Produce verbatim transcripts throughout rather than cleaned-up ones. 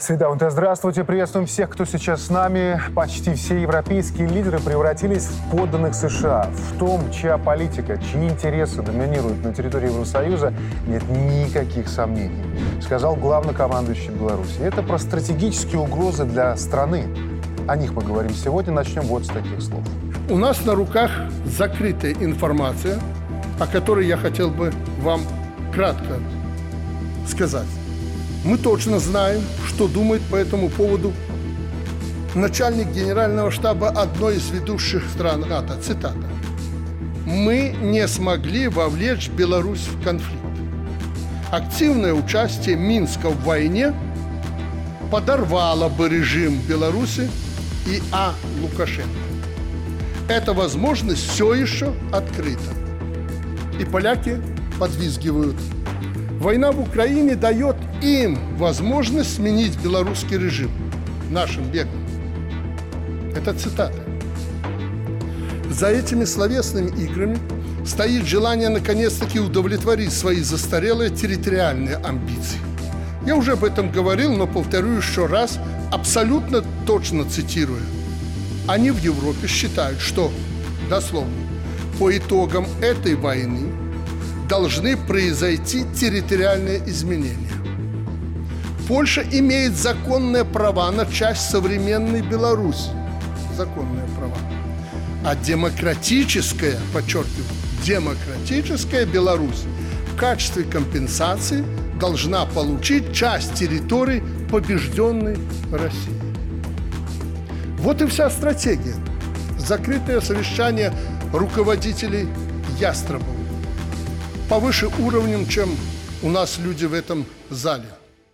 Свидаунте, здравствуйте. Приветствуем всех, кто сейчас с нами. Почти все европейские лидеры превратились в подданных США. В том, чья политика, чьи интересы доминируют на территории Евросоюза, нет никаких сомнений, сказал главнокомандующий Беларуси. Это про стратегические угрозы для страны. О них мы говорим сегодня. Начнем вот с таких слов. У нас на руках закрытая информация, о которой я хотел бы вам кратко сказать. Мы точно знаем, что думает по этому поводу начальник генерального штаба одной из ведущих стран НАТО. Цитата. «Мы не смогли вовлечь Беларусь в конфликт. Активное участие Минска в войне подорвало бы режим Беларуси и А. Лукашенко. Эта возможность все еще открыта». И поляки подвизгивают. Война в Украине дает им возможность сменить белорусский режим нашим бегом. Это цитата. За этими словесными играми стоит желание наконец-таки удовлетворить свои застарелые территориальные амбиции. Я уже об этом говорил, но повторю еще раз, абсолютно точно цитируя. Они в Европе считают, что, дословно, по итогам этой войны должны произойти территориальные изменения. Польша имеет законные права на часть современной Беларуси. Законные права. А демократическая, подчеркиваю, демократическая Беларусь в качестве компенсации должна получить часть территорий побежденной России. Вот и вся стратегия. Закрытое совещание руководителей Ястребова. Повыше уровнем, чем у нас люди в этом зале.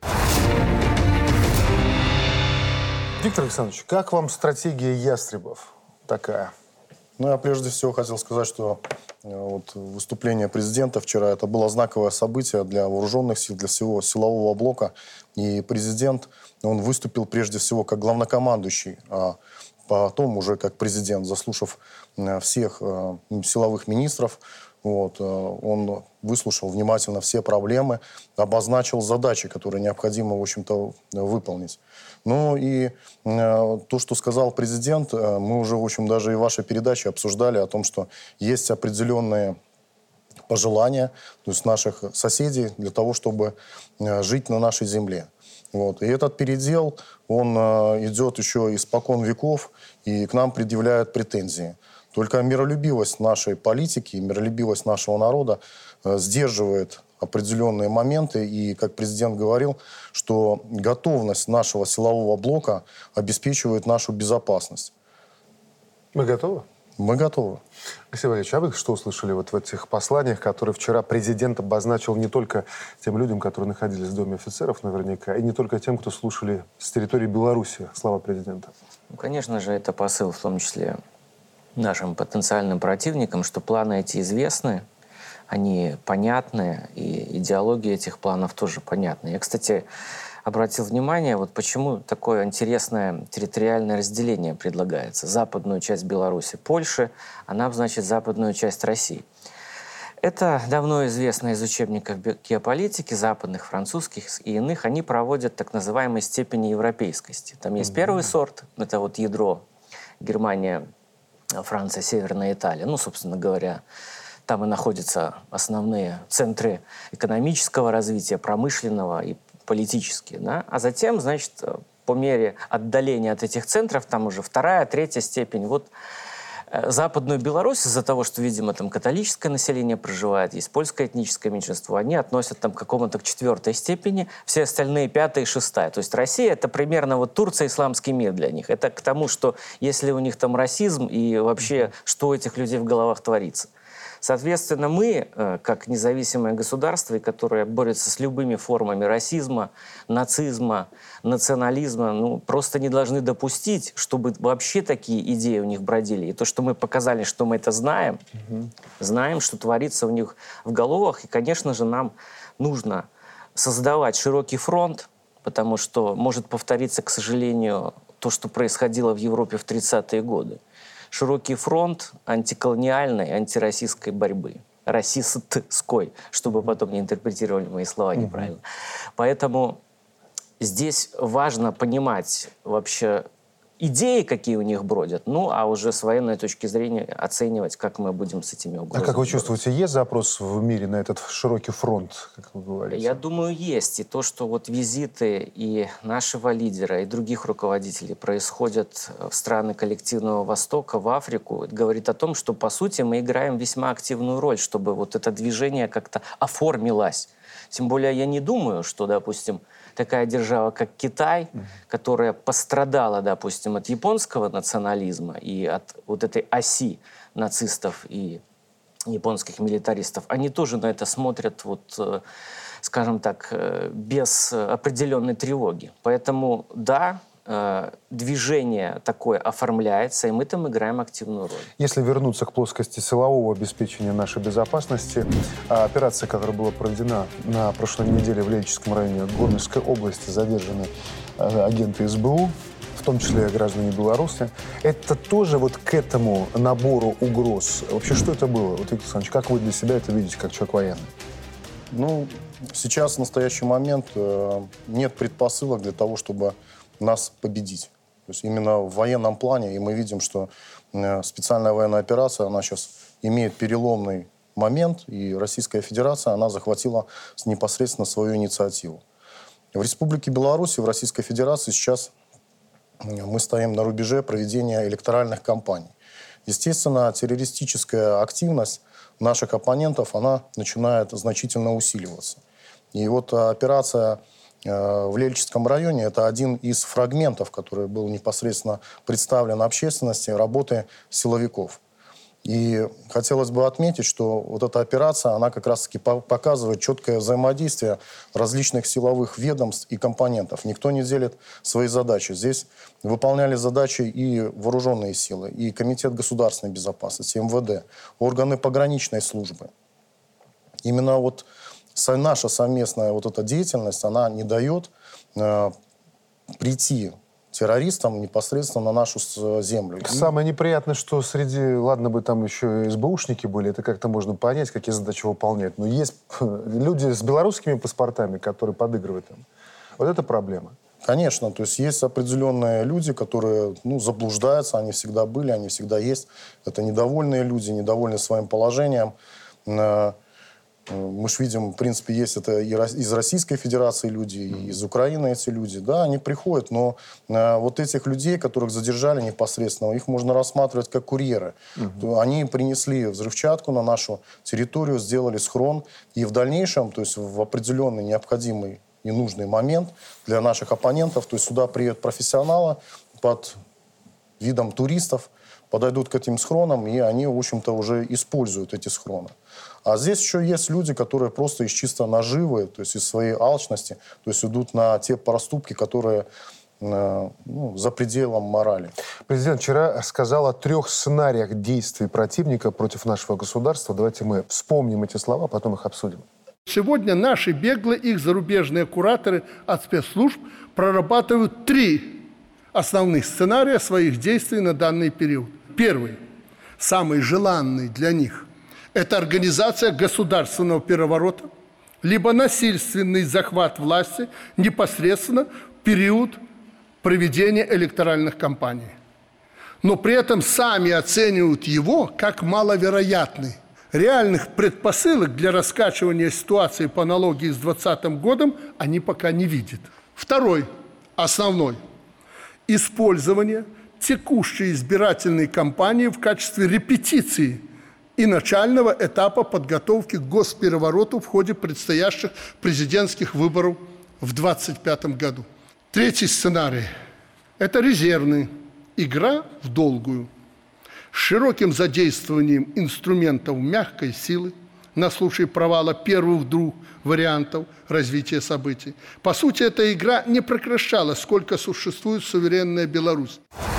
Виктор Александрович, как вам стратегия Ястребов такая? Ну, я прежде всего хотел сказать, что вот выступление президента вчера, это было знаковое событие для вооруженных сил, для всего силового блока. И президент, он выступил прежде всего как главнокомандующий, а потом уже как президент, заслушав всех силовых министров. Вот, он выслушал внимательно все проблемы, обозначил задачи, которые необходимо, в общем-то, выполнить. Ну и э, то, что сказал президент, э, мы уже, в общем, даже и в вашей передаче обсуждали о том, что есть определенные пожелания, то есть наших соседей для того, чтобы э, жить на нашей земле. Вот. И этот передел, он э, идет еще испокон веков, и к нам предъявляют претензии. Только миролюбивость нашей политики, миролюбивость нашего народа э, сдерживает определенные моменты. И, как президент говорил, что готовность нашего силового блока обеспечивает нашу безопасность. Мы готовы? Мы готовы. Алексей Валерьевич, а вы что услышали вот в этих посланиях, которые вчера президент обозначил не только тем людям, которые находились в Доме офицеров наверняка, и не только тем, кто слушали с территории Беларуси слова президента? Ну, конечно же, это посыл в том числе нашим потенциальным противникам, что планы эти известны, они понятны, и идеология этих планов тоже понятна. Я, кстати, обратил внимание, вот почему такое интересное территориальное разделение предлагается. Западную часть Беларуси, Польши, а нам, значит, западную часть России. Это давно известно из учебников геополитики, западных, французских и иных. Они проводят так называемые степени европейскости. Там есть mm-hmm. первый сорт, это вот ядро Германия, Франция, Северная Италия. Ну, собственно говоря, там и находятся основные центры экономического развития, промышленного и политические. Да? А затем, значит, по мере отдаления от этих центров, там уже вторая, третья степень. Вот Западную Беларусь, из-за того, что, видимо, там католическое население проживает, есть польское этническое меньшинство, они относят там к какому-то к четвертой степени, все остальные пятая и шестая. То есть Россия — это примерно вот Турция, исламский мир для них. Это к тому, что если у них там расизм и вообще, что у этих людей в головах творится. Соответственно, мы, как независимое государство, которое борется с любыми формами расизма, нацизма, национализма, ну, просто не должны допустить, чтобы вообще такие идеи у них бродили. И то, что мы показали, что мы это знаем, угу. знаем, что творится у них в головах. И, конечно же, нам нужно создавать широкий фронт, потому что может повториться, к сожалению, то, что происходило в Европе в тридцатые годы. Широкий фронт антиколониальной, антироссийской борьбы. Расистской, чтобы потом не интерпретировали мои слова неправильно. Mm-hmm. Поэтому здесь важно понимать вообще идеи, какие у них бродят, ну, а уже с военной точки зрения оценивать, как мы будем с этими угрозами. А как вы бороться. чувствуете, есть запрос в мире на этот широкий фронт, как вы говорите? Я думаю, есть. И то, что вот визиты и нашего лидера, и других руководителей происходят в страны коллективного Востока, в Африку, говорит о том, что, по сути, мы играем весьма активную роль, чтобы вот это движение как-то оформилось. Тем более я не думаю, что, допустим, такая держава, как Китай, mm-hmm. которая пострадала, допустим, от японского национализма и от вот этой оси нацистов и японских милитаристов, они тоже на это смотрят, вот, скажем так, без определенной тревоги. Поэтому, да, движение такое оформляется, и мы там играем активную роль. Если вернуться к плоскости силового обеспечения нашей безопасности, операция, которая была проведена на прошлой неделе в Ленинском районе Гомельской области, задержаны агенты эс бэ у, в том числе граждане Беларуси, это тоже вот к этому набору угроз. Вообще, что это было? Вот, Виктор Александрович, как вы для себя это видите, как человек военный? Ну, сейчас, в настоящий момент, нет предпосылок для того, чтобы нас победить. То есть именно в военном плане, и мы видим, что специальная военная операция, она сейчас имеет переломный момент, и Российская Федерация, она захватила непосредственно свою инициативу. В Республике Беларусь, в Российской Федерации сейчас мы стоим на рубеже проведения электоральных кампаний. Естественно, террористическая активность наших оппонентов, она начинает значительно усиливаться. И вот операция в Лельчинском районе — это один из фрагментов, который был непосредственно представлен общественности, работы силовиков. И хотелось бы отметить, что вот эта операция, она как раз-таки показывает четкое взаимодействие различных силовых ведомств и компонентов. Никто не делит свои задачи. Здесь выполняли задачи и вооруженные силы, и Комитет государственной безопасности, эм вэ дэ, органы пограничной службы. Именно вот наша совместная вот эта деятельность, она не дает э, прийти террористам непосредственно на нашу землю. Самое неприятное, что среди, ладно бы там еще эс бэ ушники были, это как-то можно понять, какие задачи выполняют, но есть люди с белорусскими паспортами, которые подыгрывают им. Вот это проблема. Конечно, то есть есть определенные люди, которые, ну, заблуждаются, они всегда были, они всегда есть. Это недовольные люди, недовольные своим положением. Мы же видим, в принципе, есть это и из Российской Федерации люди, и из Украины эти люди. Да, они приходят, но э, вот этих людей, которых задержали непосредственно, их можно рассматривать как курьеры. Mm-hmm. Они принесли взрывчатку на нашу территорию, сделали схрон, и в дальнейшем, то есть в определенный необходимый и нужный момент для наших оппонентов, то есть сюда приедут профессионалы под видом туристов, подойдут к этим схронам, и они, в общем-то, уже используют эти схроны. А здесь еще есть люди, которые просто из чисто наживы, то есть из своей алчности, то есть идут на те проступки, которые э, ну, за пределом морали. Президент вчера сказал о трех сценариях действий противника против нашего государства. Давайте мы вспомним эти слова, потом их обсудим. Сегодня наши беглые, их зарубежные кураторы от спецслужб прорабатывают три основных сценария своих действий на данный период. Первый, самый желанный для них, это организация государственного переворота, либо насильственный захват власти непосредственно в период проведения электоральных кампаний. Но при этом сами оценивают его как маловероятный. Реальных предпосылок для раскачивания ситуации по аналогии с двадцатым годом они пока не видят. Второй, основной, использование текущей избирательной кампании в качестве репетиции и начального этапа подготовки к госперевороту в ходе предстоящих президентских выборов в двадцать пятом году. Третий сценарий – это резервный, игра в долгую, с широким задействованием инструментов мягкой силы на случай провала первых двух вариантов развития событий. По сути, эта игра не прекращалась, сколько существует суверенная Беларусь.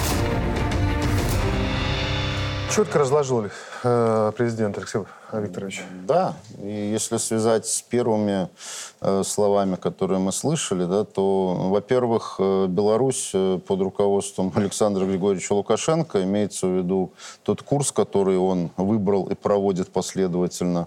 Четко разложил э, президент Алексей Викторович. Да, и если связать с первыми э, словами, которые мы слышали, да, то, во-первых, э, Беларусь э, под руководством Александра Григорьевича Лукашенко, имеется в виду тот курс, который он выбрал и проводит последовательно в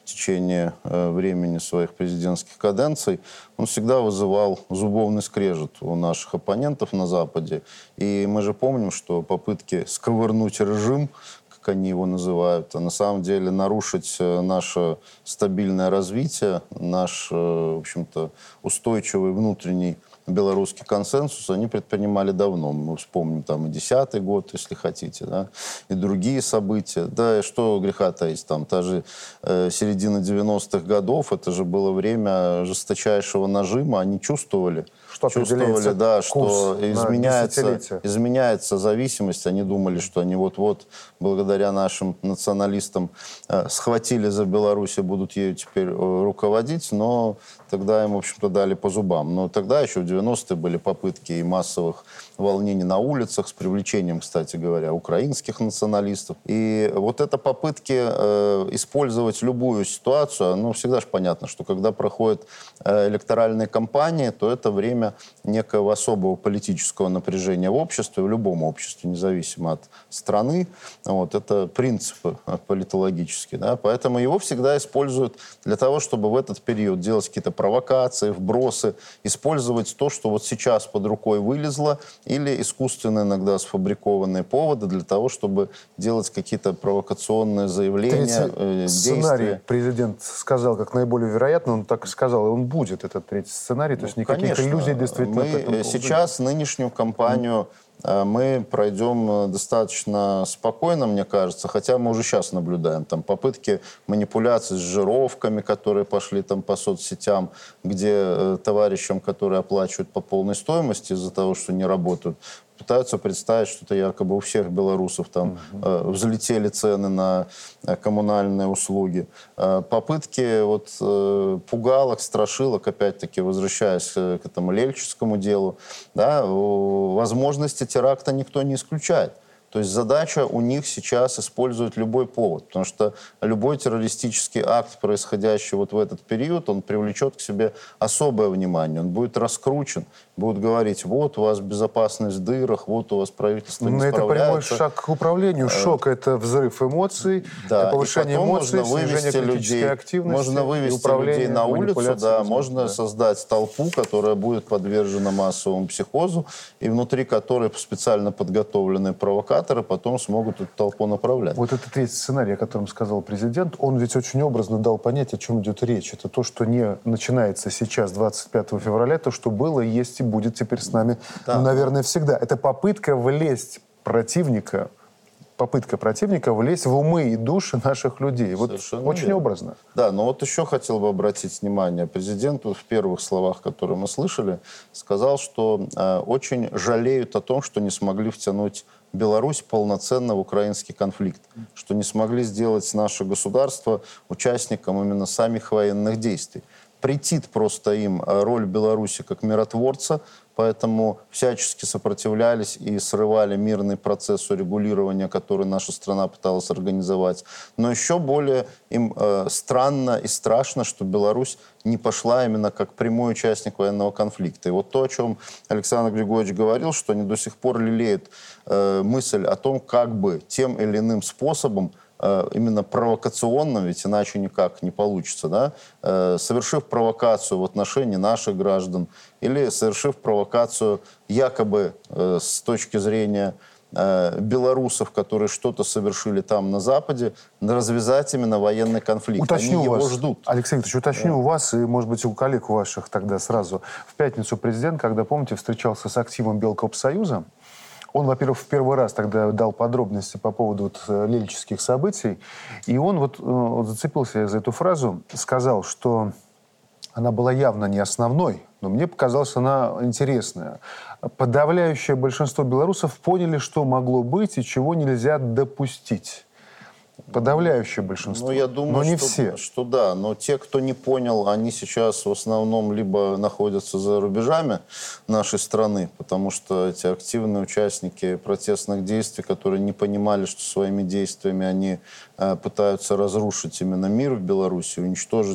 течение э, времени своих президентских каденций, он всегда вызывал зубовный скрежет у наших оппонентов на Западе. И мы же помним, что попытки сковырнуть режим, как они его называют, а на самом деле нарушить наше стабильное развитие, наш, в общем-то, устойчивый внутренний белорусский консенсус они предпринимали давно. Мы вспомним там и десятый год, если хотите, да, и другие события. Да, и что греха таить, там, та же э, середина девяностых годов, это же было время жесточайшего нажима, они чувствовали, что чувствовали, да, что изменяется, изменяется зависимость, они думали, что они вот-вот, благодаря нашим националистам, э, схватили за Беларусь и будут ею теперь э, руководить, но тогда им, в общем-то, дали по зубам. Но тогда еще в девяностые были попытки и массовых волнений на улицах с привлечением, кстати говоря, украинских националистов. И вот это попытки э, использовать любую ситуацию, ну, всегда же понятно, что когда проходят э, электоральные кампании, то это время некого особого политического напряжения в обществе, в любом обществе, независимо от страны. Вот, это принципы политологические. Да? Поэтому его всегда используют для того, чтобы в этот период делать какие-то провокации, вбросы, использовать то, что вот сейчас под рукой вылезло, или искусственно иногда сфабрикованные поводы для того, чтобы делать какие-то провокационные заявления, э, сценарий действия. Президент сказал как наиболее вероятно, он так и сказал, и он будет, этот третий сценарий, то есть Ну, никаких конечно. иллюзий действительно. Мы сейчас нынешнюю кампанию mm. мы пройдем достаточно спокойно, мне кажется, хотя мы уже сейчас наблюдаем там попытки манипуляций с жировками, которые пошли там по соцсетям, где э, товарищам, которые оплачивают по полной стоимости из-за того, что не работают, пытаются представить, что это якобы у всех белорусов там mm-hmm. э, взлетели цены на э, коммунальные услуги. Э, попытки вот э, пугалок, страшилок, опять-таки возвращаясь э, к этому лельческому делу, да, возможности теракта никто не исключает. То есть задача у них сейчас использовать любой повод, потому что любой террористический акт, происходящий вот в этот период, он привлечет к себе особое внимание, он будет раскручен, будут говорить, вот у вас безопасность в дырах, вот у вас правительство не справляется. Это прямой шаг к управлению, шок — это взрыв эмоций, да, повышение эмоций, снижение политической активности. Можно вывести людей на улицу, да, можно да. создать толпу, которая будет подвержена массовому психозу, и внутри которой специально подготовленные провокаторы потом смогут эту толпу направлять. Вот этот третий сценарий, о котором сказал президент, он ведь очень образно дал понять, о чем идет речь. Это то, что не начинается сейчас, двадцать пятого февраля, то, что было, есть и будет теперь с нами, да. ну, наверное, всегда. Это попытка влезть противника, попытка противника влезть в умы и души наших людей. Вот очень верно. Образно. Да, но вот еще хотел бы обратить внимание. Президент в первых словах, которые мы слышали, сказал, что э, очень жалеют о том, что не смогли втянуть Беларусь полноценно в украинский конфликт, что не смогли сделать наше государство участником именно самих военных действий. Претит просто им роль Беларуси как миротворца, поэтому всячески сопротивлялись и срывали мирный процесс урегулирования, который наша страна пыталась организовать. Но еще более им э, странно и страшно, что Беларусь не пошла именно как прямой участник военного конфликта. И вот то, о чем Александр Григорьевич говорил, что они до сих пор лелеют э, мысль о том, как бы тем или иным способом именно провокационным, ведь иначе никак не получится, да, э, совершив провокацию в отношении наших граждан или совершив провокацию якобы э, с точки зрения э, белорусов, которые что-то совершили там на Западе, развязать именно военный конфликт. Уточню Они его вас, ждут. Алексей Викторович, уточню да. у вас и, может быть, у коллег ваших тогда сразу. В пятницу президент, когда, помните, встречался с активом Белкоопсоюза, он, во-первых, в первый раз тогда дал подробности по поводу вот, лельческих событий, и он вот, вот зацепился за эту фразу, сказал, что она была явно не основной, но мне показалась она интересная. Подавляющее большинство белорусов поняли, что могло быть и чего нельзя допустить. Подавляющее большинство. Ну, я думаю, но не что, все. что да, но те, кто не понял, они сейчас в основном либо находятся за рубежами нашей страны, потому что эти активные участники протестных действий, которые не понимали, что своими действиями они э, пытаются разрушить именно мир в Беларуси, уничтожить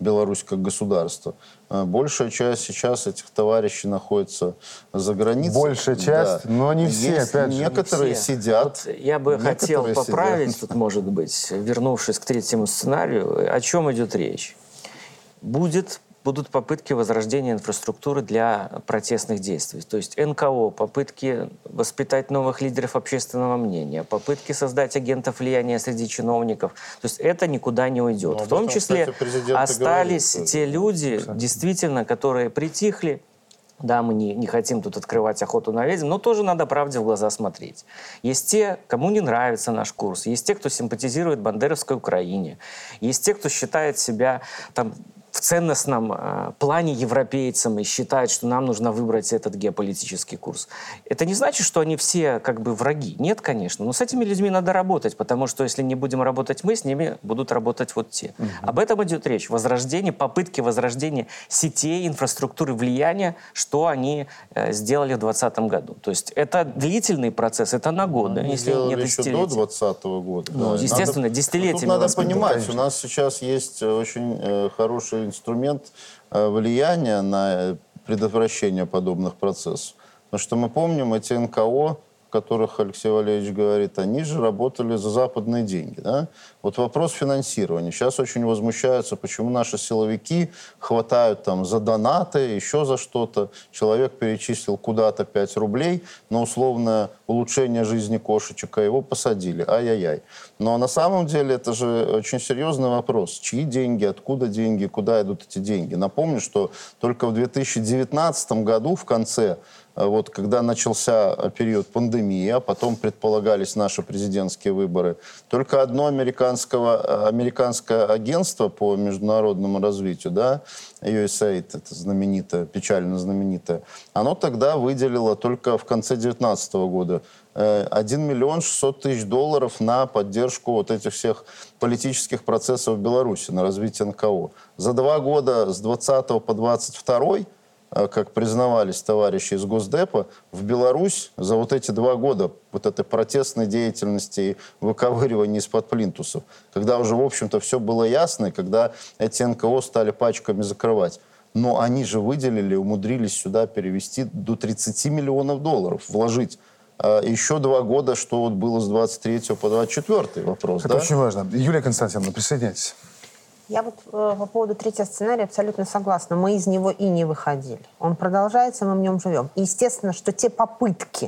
Беларусь как государство. Большая часть сейчас этих товарищей находится за границей. Большая часть, да. Но не все, Есть опять же. Некоторые все. сидят. Вот я бы хотел поправить, сидят. тут, может быть, вернувшись к третьему сценарию, о чем идет речь. Будет будут попытки возрождения инфраструктуры для протестных действий. То есть эн ка о, попытки воспитать новых лидеров общественного мнения, попытки создать агентов влияния среди чиновников. То есть это никуда не уйдет. Ну, в том числе, кстати, остались говорит, те люди, Абсолютно. действительно, которые притихли. Да, мы не, не хотим тут открывать охоту на ведьм, но тоже надо правде в глаза смотреть. Есть те, кому не нравится наш курс, есть те, кто симпатизирует бандеровской Украине, есть те, кто считает себя там в ценностном э, плане европейцам и считает, что нам нужно выбрать этот геополитический курс. Это не значит, что они все как бы враги. Нет, конечно. Но с этими людьми надо работать, потому что если не будем работать мы, с ними будут работать вот те. Угу. Об этом идет речь. Возрождение, попытки возрождения сетей, инфраструктуры влияния, что они э, сделали в двадцатом году. То есть это длительный процесс, это на годы, они если не еще до двадцатого года. Ну, да. Естественно, надо, десятилетиями. Надо понимать, конечно. У нас сейчас есть очень э, хороший инструмент влияния на предотвращение подобных процессов. Потому что мы помним эти эн ка о, о которых Алексей Валерьевич говорит, они же работали за западные деньги. Да? Вот вопрос финансирования. Сейчас очень возмущаются, почему наши силовики хватают там за донаты, еще за что-то. Человек перечислил куда-то пять рублей на условное улучшение жизни кошечек, а его посадили. Ай-яй-яй. Но на самом деле это же очень серьезный вопрос. Чьи деньги, откуда деньги, куда идут эти деньги? Напомню, что только в две тысячи девятнадцатом году, в конце, вот, когда начался период пандемии, а потом предполагались наши президентские выборы, только одно американского, американское агентство по международному развитию, да, ю эс эй ай ди, это знаменитое, печально знаменитое, оно тогда выделило только в конце две тысячи девятнадцатого года один миллион шестьсот тысяч долларов на поддержку вот этих всех политических процессов в Беларуси, на развитие эн ка о. За два года с двадцатого по двадцать второй, как признавались товарищи из Госдепа, в Беларусь за вот эти два года вот этой протестной деятельности и выковыривания из-под плинтусов, когда уже, в общем-то, все было ясно, и когда эти эн ка о стали пачками закрывать. Но они же выделили, умудрились сюда перевести до тридцати миллионов долларов, вложить. Еще два года, что вот было с двадцать третьего по двадцать четвёртый вопрос. Это да? очень важно. Юлия Константиновна, присоединяйтесь. Я вот э, по поводу третьего сценария абсолютно согласна. Мы из него и не выходили. Он продолжается, мы в нем живем. И естественно, что те попытки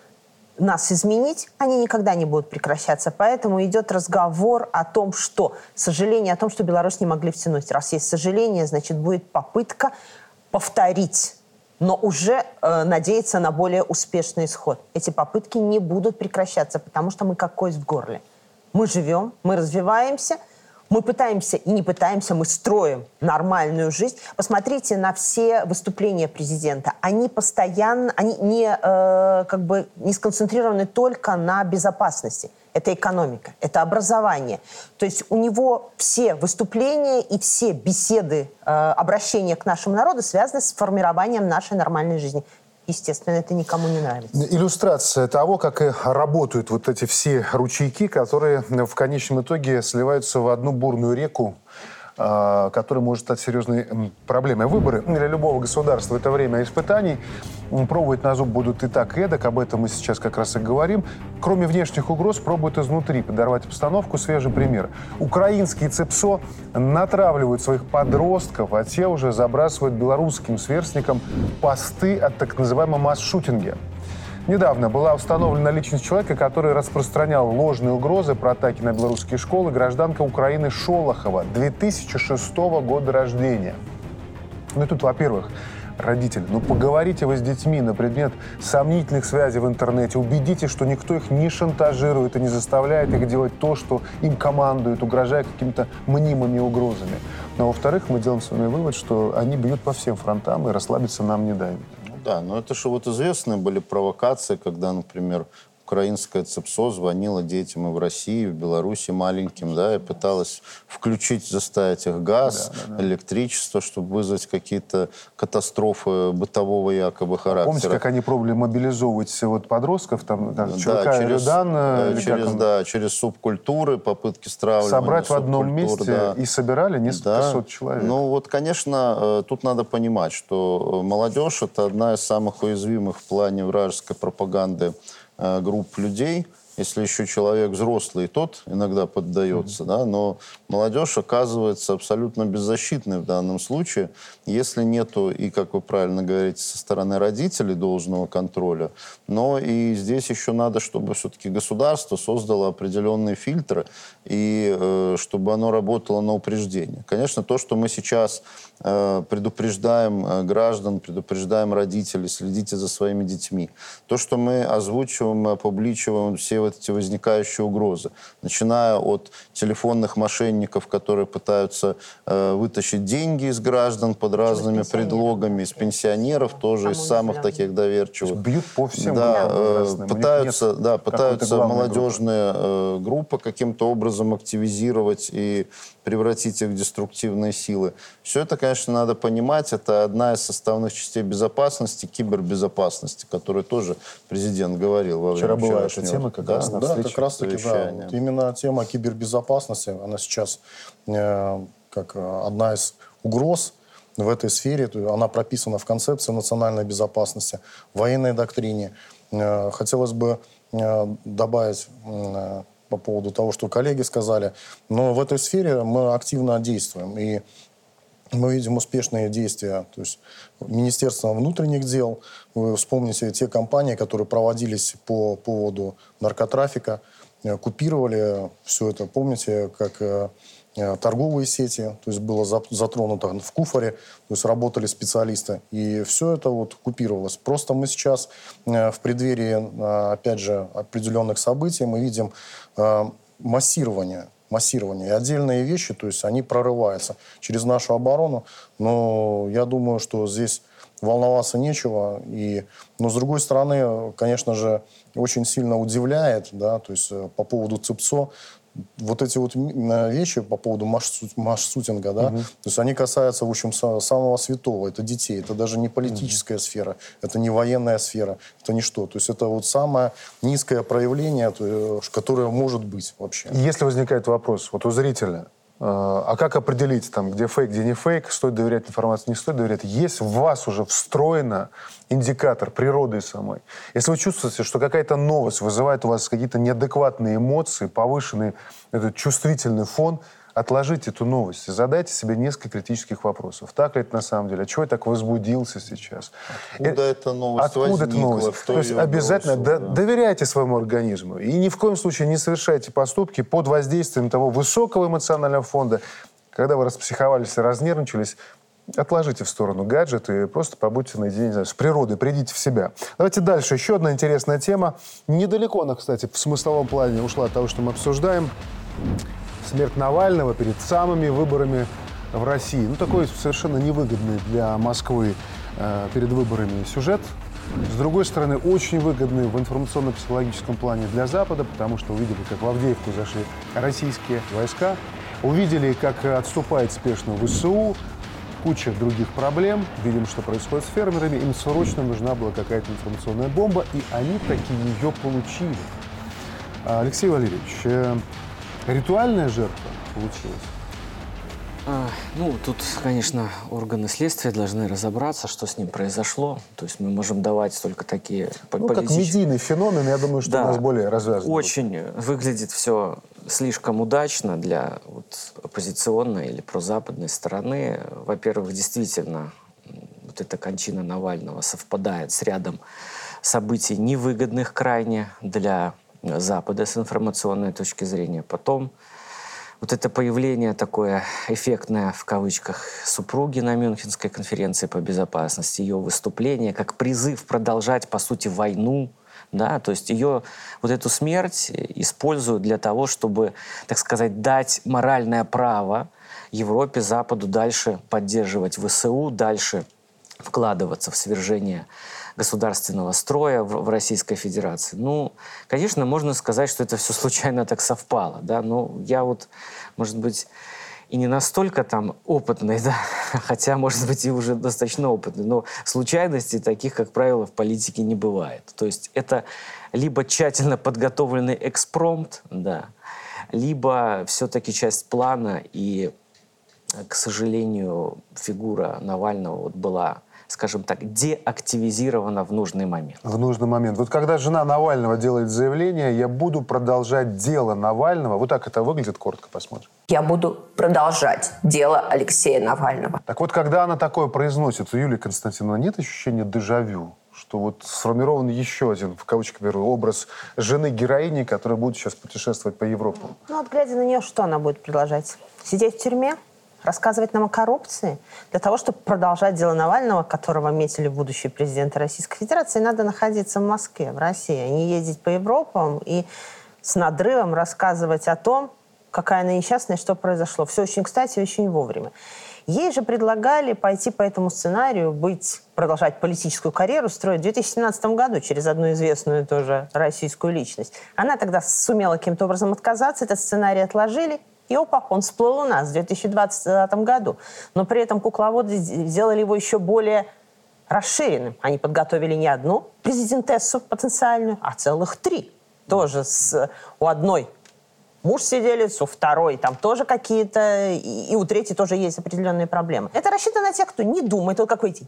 нас изменить, они никогда не будут прекращаться. Поэтому идет разговор о том, что сожаление о том, что Беларусь не могли втянуть. Раз есть сожаление, значит, будет попытка повторить, но уже э, надеяться на более успешный исход. Эти попытки не будут прекращаться, потому что мы как кость в горле. Мы живем, мы развиваемся, мы пытаемся и не пытаемся, мы строим нормальную жизнь. Посмотрите на все выступления президента. Они постоянно, они не, э, как бы не сконцентрированы только на безопасности. Это экономика, это образование. То есть у него все выступления и все беседы, э, обращения к нашему народу связаны с формированием нашей нормальной жизни. Естественно, это никому не нравится. Иллюстрация того, как и работают вот эти все ручейки, которые в конечном итоге сливаются в одну бурную реку, которая может стать серьезной проблемой. Выборы для любого государства — это время испытаний. Пробовать на зуб будут и так, и эдак. Об этом мы сейчас как раз и говорим. Кроме внешних угроз, пробуют изнутри подорвать обстановку. Свежий пример. Украинские ЦЕПСО натравливают своих подростков, а те уже забрасывают белорусским сверстникам посты о так называемом масс-шутинге. Недавно была установлена личность человека, который распространял ложные угрозы про атаки на белорусские школы, гражданка Украины Шолохова, две тысячи шестого года рождения. Ну и тут, во-первых, родители, ну поговорите вы с детьми на предмет сомнительных связей в интернете, убедитесь, что никто их не шантажирует и не заставляет их делать то, что им командуют, угрожая какими-то мнимыми угрозами. Но, во-вторых, мы делаем с вами вывод, что они бьют по всем фронтам и расслабиться нам не дают. Да, но это же вот известные были провокации, когда, например, украинское ЦЕПСО звонило детям и в России, и в Беларуси маленьким, да, и пыталось включить, заставить их газ, да, да, да. электричество, чтобы вызвать какие-то катастрофы бытового якобы характера. Помните, как они пробовали мобилизовывать вот подростков, там, там да, ЧВК через, Ирдан, через, он... да, через субкультуры, попытки стравливания собрать в одном субкультур, месте, да. и собирали несколько да. сот человек. Ну вот, конечно, тут надо понимать, что молодежь — это одна из самых уязвимых в плане вражеской пропаганды групп людей. Если еще человек взрослый, тот иногда поддается, mm-hmm. да, но молодежь оказывается абсолютно беззащитной в данном случае, если нету, и, как вы правильно говорите, со стороны родителей должного контроля, но и здесь еще надо, чтобы все-таки государство создало определенные фильтры, и э, чтобы оно работало на упреждение. Конечно, то, что мы сейчас э, предупреждаем э, граждан, предупреждаем родителей, следите за своими детьми, то, что мы озвучиваем, опубличиваем все вот эти возникающие угрозы, начиная от телефонных мошенников, которые пытаются э, вытащить деньги из граждан под разными предлогами, из пенсионеров тоже, из самых таких доверчивых. Бьют по всем да, э, пытаются, да, пытаются молодежные группы. Э, группы каким-то образом активизировать и превратить их в деструктивные силы. Все это, конечно, надо понимать. Это одна из составных частей безопасности, кибербезопасности, которую тоже президент говорил во время Вчера была эта вчерашнего. тема, как да, раз на Да, встрече. как раз таки, да. Вот именно тема кибербезопасности, она сейчас э, как одна из угроз в этой сфере. Она прописана в концепции национальной безопасности, в военной доктрине. Э, хотелось бы э, добавить э, по поводу того, что коллеги сказали, но в этой сфере мы активно действуем. И мы видим успешные действия, то есть Министерство внутренних дел. Вы вспомните те кампании, которые проводились по поводу наркотрафика, купировали все это. Помните, как торговые сети, то есть было затронуто в Куфоре, то есть работали специалисты. И все это вот купировалось. Просто мы сейчас в преддверии, опять же, определенных событий мы видим массирование. массирование. И отдельные вещи, то есть они прорываются через нашу оборону. Но я думаю, что здесь волноваться нечего. И, но, с другой стороны, конечно же, очень сильно удивляет, да, то есть по поводу ЦЕПСО, вот эти вот вещи по поводу масс-шутинга, да, угу. то есть они касаются, в общем, самого святого. Это детей. Это даже не политическая угу. сфера, это не военная сфера, это ничто. То есть это вот самое низкое проявление, которое может быть вообще. Если возникает вопрос, вот у зрителя, а как определить, там, где фейк, где не фейк, стоит доверять информации, не стоит доверять? Есть в вас уже встроено индикатор природы самой. Если вы чувствуете, что какая-то новость вызывает у вас какие-то неадекватные эмоции, повышенный этот чувствительный фон, отложите эту новость и задайте себе несколько критических вопросов. Так ли это на самом деле? А чего я так возбудился сейчас? Откуда э- эта новость Откуда возникла? эта новость? То есть обязательно бросил, до- да. доверяйте своему организму. И ни в коем случае не совершайте поступки под воздействием того высокого эмоционального фонда. Когда вы распсиховались и разнервничались, отложите в сторону гаджеты и просто побудьте наедине, не знаю, с природой, придите в себя. Давайте дальше. Еще одна интересная тема. Недалеко она, кстати, в смысловом плане ушла от того, что мы обсуждаем. Смерть Навального перед самыми выборами в России. Ну, такой совершенно невыгодный для Москвы э, перед выборами сюжет. С другой стороны, очень выгодный в информационно-психологическом плане для Запада, потому что увидели, как в Авдеевку зашли российские войска, увидели, как отступает спешно ВСУ, куча других проблем. Видим, что происходит с фермерами. Им срочно нужна была какая-то информационная бомба, и они таки ее получили. Алексей Валерьевич, э, ритуальная жертва получилась? А, ну, тут, конечно, органы следствия должны разобраться, что с ним произошло. То есть мы можем давать только такие... Ну, как медийный феномен, я думаю, что да, у нас более развязано. Очень выглядит все слишком удачно для вот, оппозиционной или прозападной стороны. Во-первых, действительно, вот эта кончина Навального совпадает с рядом событий, невыгодных крайне для Запада с информационной точки зрения. Потом вот это появление такое эффектное, в кавычках, супруги на Мюнхенской конференции по безопасности, ее выступление как призыв продолжать, по сути, войну, да, то есть ее, вот эту смерть используют для того, чтобы, так сказать, дать моральное право Европе, Западу дальше поддерживать ВСУ, дальше вкладываться в свержение государственного строя в, в Российской Федерации. Ну, конечно, можно сказать, что это все случайно так совпало, да, но я вот, может быть, и не настолько там опытный, да, хотя, может быть, и уже достаточно опытный, но случайностей таких, как правило, в политике не бывает. То есть это либо тщательно подготовленный экспромт, да, либо все-таки часть плана, и, к сожалению, фигура Навального вот была, скажем так, деактивизирована в нужный момент. В нужный момент. Вот когда жена Навального делает заявление: «Я буду продолжать дело Навального», вот так это выглядит, коротко посмотрим. Я буду продолжать дело Алексея Навального. Так вот, когда она такое произносит, у Юлии Константиновны нет ощущения дежавю? Что вот сформирован еще один, в кавычках беру, образ жены-героини, которая будет сейчас путешествовать по Европе? Ну вот глядя на нее, что она будет продолжать? Сидеть в тюрьме? Рассказывать нам о коррупции? Для того, чтобы продолжать дело Навального, которого метили в будущие президенты Российской Федерации, надо находиться в Москве, в России, а не ездить по Европам и с надрывом рассказывать о том, какая она несчастная, что произошло. Все очень кстати и очень вовремя. Ей же предлагали пойти по этому сценарию, быть, продолжать политическую карьеру, строить в две тысячи семнадцатом году через одну известную тоже российскую личность. Она тогда сумела каким-то образом отказаться, этот сценарий отложили, и опа, он всплыл у нас в две тысячи двадцатом году. Но при этом кукловоды сделали его еще более расширенным. Они подготовили не одну президентессу потенциальную, а целых три. Тоже с, у одной муж сиделец, у второй там тоже какие-то, и, и у третьей тоже есть определенные проблемы. Это рассчитано на тех, кто не думает. Вот какой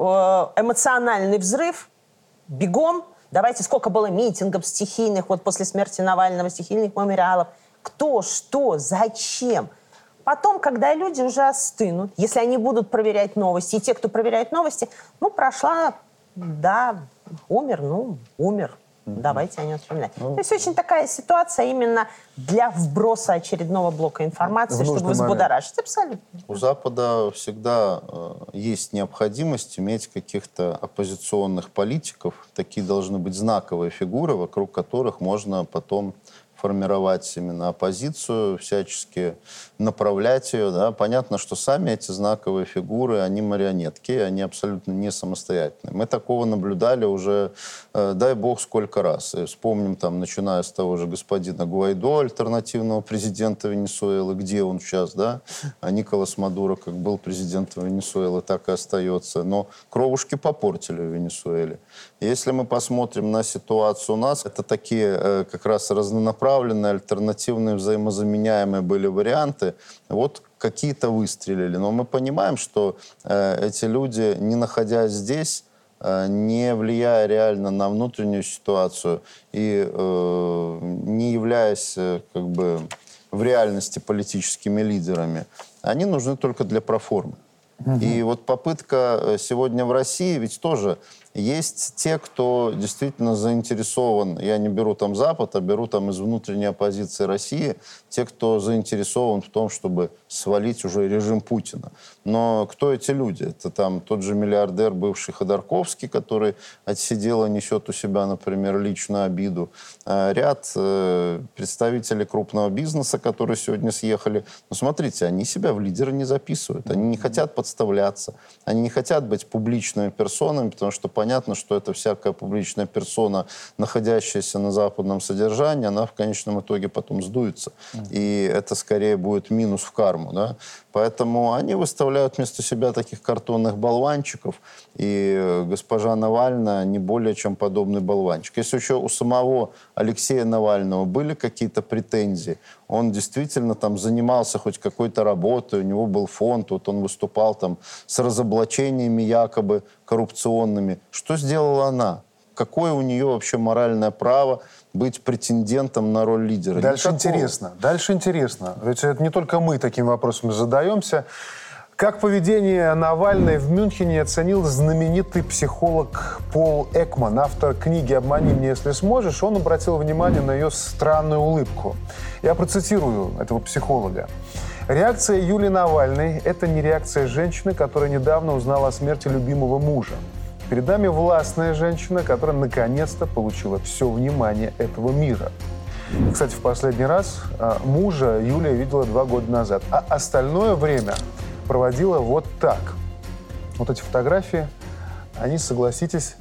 эмоциональный взрыв, бегом. Давайте, сколько было митингов стихийных, вот после смерти Навального, стихийных мемориалов. Кто, что, зачем? Потом, когда люди уже остынут, если они будут проверять новости, и те, кто проверяет новости, ну, прошла, да, умер, ну, умер. Давайте о нем вспоминать. Ну, то есть очень такая ситуация именно для вброса очередного блока информации, чтобы взбудоражить. Абсолютно. У Запада всегда э, есть необходимость иметь каких-то оппозиционных политиков. Такие должны быть знаковые фигуры, вокруг которых можно потом формировать именно оппозицию, всячески направлять ее. Да. Понятно, что сами эти знаковые фигуры, они марионетки, они абсолютно не самостоятельные. Мы такого наблюдали уже, э, дай бог, сколько раз. И вспомним, там, начиная с того же господина Гуайдо, альтернативного президента Венесуэлы, где он сейчас, да? А Николас Мадуро, как был президентом Венесуэлы, так и остается. Но кровушки попортили в Венесуэле. Если мы посмотрим на ситуацию у нас, это такие э, как раз разнонаправленные, альтернативные, взаимозаменяемые были варианты. Вот какие-то выстрелили. Но мы понимаем, что э, эти люди, не находясь здесь, э, не влияя реально на внутреннюю ситуацию и э, не являясь э, как бы в реальности политическими лидерами, они нужны только для проформы. Угу. И вот попытка сегодня в России, ведь тоже есть те, кто действительно заинтересован, я не беру там Запад, а беру там из внутренней оппозиции России, те, кто заинтересован в том, чтобы свалить уже режим Путина. Но кто эти люди? Это там тот же миллиардер, бывший Ходорковский, который отсидел и несет у себя, например, личную обиду. Ряд э, представителей крупного бизнеса, которые сегодня съехали. Но смотрите, они себя в лидеры не записывают. Они не хотят подставляться. Они не хотят быть публичными персонами, потому что понятно, что это всякая публичная персона, находящаяся на западном содержании, она в конечном итоге потом сдуется. Mm-hmm. И это скорее будет минус в карму. Да? Поэтому они выставляют вместо себя таких картонных болванчиков. И госпожа Навальная не более чем подобный болванчик. Если еще у самого Алексея Навального были какие-то претензии, он действительно там занимался хоть какой-то работой, у него был фонд, вот он выступал там с разоблачениями якобы коррупционными. Что сделала она? Какое у нее вообще моральное право быть претендентом на роль лидера? Дальше Никакого. интересно. Дальше интересно. Ведь это не только мы такими вопросами задаемся. Как поведение Навальной в Мюнхене оценил знаменитый психолог Пол Экман, автор книги «Обмани меня, если сможешь». Он обратил внимание на ее странную улыбку. Я процитирую этого психолога. «Реакция Юлии Навальной – это не реакция женщины, которая недавно узнала о смерти любимого мужа. Перед нами властная женщина, которая наконец-то получила все внимание этого мира». Кстати, в последний раз мужа Юлия видела два года назад, а остальное время проводила вот так. Вот эти фотографии, они, согласитесь,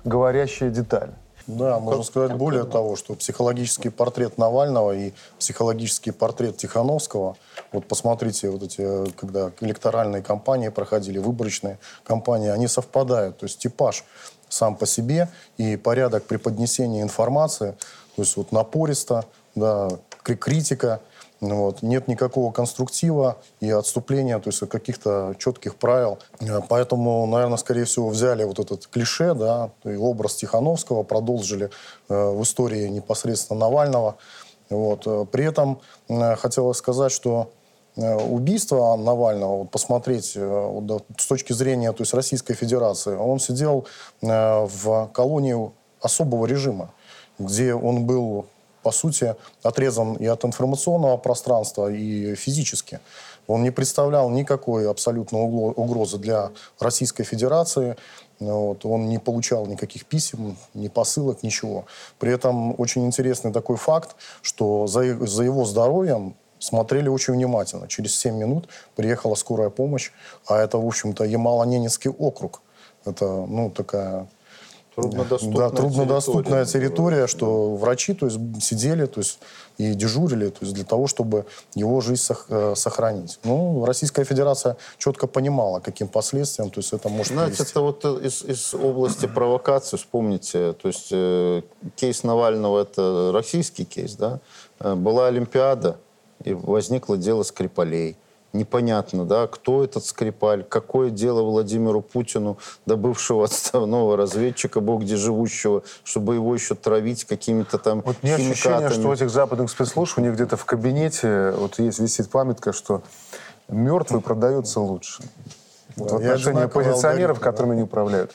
говорящая деталь. Да, можно сказать более того, что психологический портрет Навального и психологический портрет Тихановского, вот посмотрите, вот эти, когда электоральные кампании проходили, выборочные кампании, они совпадают. То есть типаж сам по себе и порядок преподнесения информации, то есть вот напористо, да, критика, вот, нет никакого конструктива и отступления, то есть каких-то четких правил. Поэтому, наверное, скорее всего, взяли вот этот клише, да, и образ Тихановского, продолжили э, в истории непосредственно Навального. Вот. При этом э, хотелось сказать, что э, убийство Навального, вот, посмотреть э, вот, да, с точки зрения, то есть, Российской Федерации, он сидел э, в колонии особого режима, где он был, по сути, отрезан и от информационного пространства, и физически. Он не представлял никакой абсолютно угрозы для Российской Федерации. Вот. Он не получал никаких писем, ни посылок, ничего. При этом очень интересный такой факт, что за, за его здоровьем смотрели очень внимательно. Через семь минут приехала скорая помощь, а это, в общем-то, Ямало-Ненецкий округ. Это, ну, такая... Труднодоступная, да, труднодоступная территория, территория, что врачи, то есть, сидели, то есть, и дежурили, то есть, для того, чтобы его жизнь сох- сохранить. Ну, Российская Федерация четко понимала, каким последствиям, то есть, это может Знаете, привести. это вот из, из области провокации, вспомните, то есть э, кейс Навального, это российский кейс, да? Э, была Олимпиада, и возникло дело Скрипалей. Непонятно, да, кто этот Скрипаль, какое дело Владимиру Путину, до бывшего отставного разведчика, бог где живущего, чтобы его еще травить какими-то там Вот нет ощущения, что у этих западных спецслужб, у них где-то в кабинете вот есть, висит памятка, что мертвый продается лучше. Вот Да, в отношении оппозиционеров, которыми не управляют.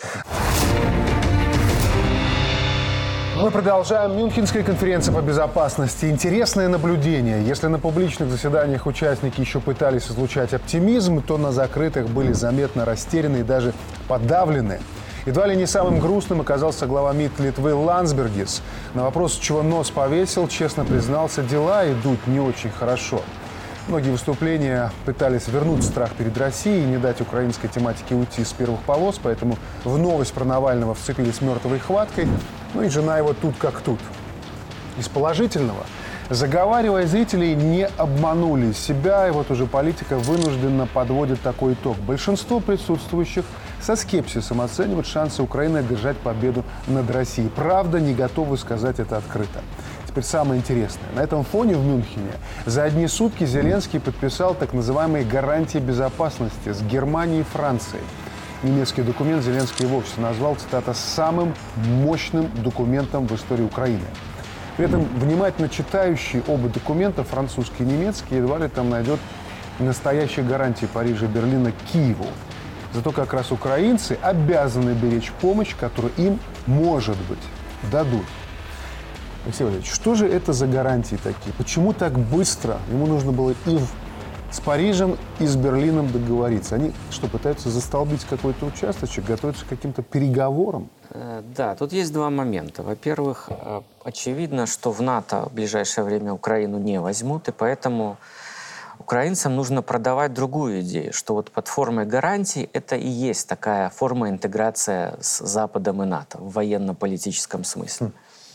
Мы продолжаем. Мюнхенская конференция по безопасности. Интересное наблюдение. Если на публичных заседаниях участники еще пытались излучать оптимизм, то на закрытых были заметно растеряны и даже подавлены. Едва ли не самым грустным оказался глава МИД Литвы Ландсбергис. На вопрос, с чего нос повесил, честно признался, дела идут не очень хорошо. Многие выступления пытались вернуть страх перед Россией и не дать украинской тематике уйти с первых полос, поэтому в новость про Навального вцепились мертвой хваткой, ну и жена его тут как тут. Из положительного, заговаривая зрителей, не обманули себя, и вот уже политика вынужденно подводит такой итог. Большинство присутствующих со скепсисом оценивают шансы Украины одержать победу над Россией. Правда, не готовы сказать это открыто. Теперь самое интересное. На этом фоне в Мюнхене за одни сутки Зеленский подписал так называемые гарантии безопасности с Германией и Францией. Немецкий документ Зеленский вовсе назвал, цитата, «самым мощным документом в истории Украины». При этом внимательно читающий оба документа, французский и немецкий, едва ли там найдет настоящие гарантии Парижа и Берлина Киеву. Зато как раз украинцы обязаны беречь помощь, которую им, может быть, дадут. Алексей Валерьевич, что же это за гарантии такие? Почему так быстро ему нужно было и в, с Парижем, и с Берлином договориться? Они что, пытаются застолбить какой-то участочек, готовятся к каким-то переговорам? Да, тут есть два момента. Во-первых, очевидно, что в НАТО в ближайшее время Украину не возьмут, и поэтому украинцам нужно продавать другую идею, что вот под формой гарантий это и есть такая форма интеграции с Западом и НАТО в военно-политическом смысле.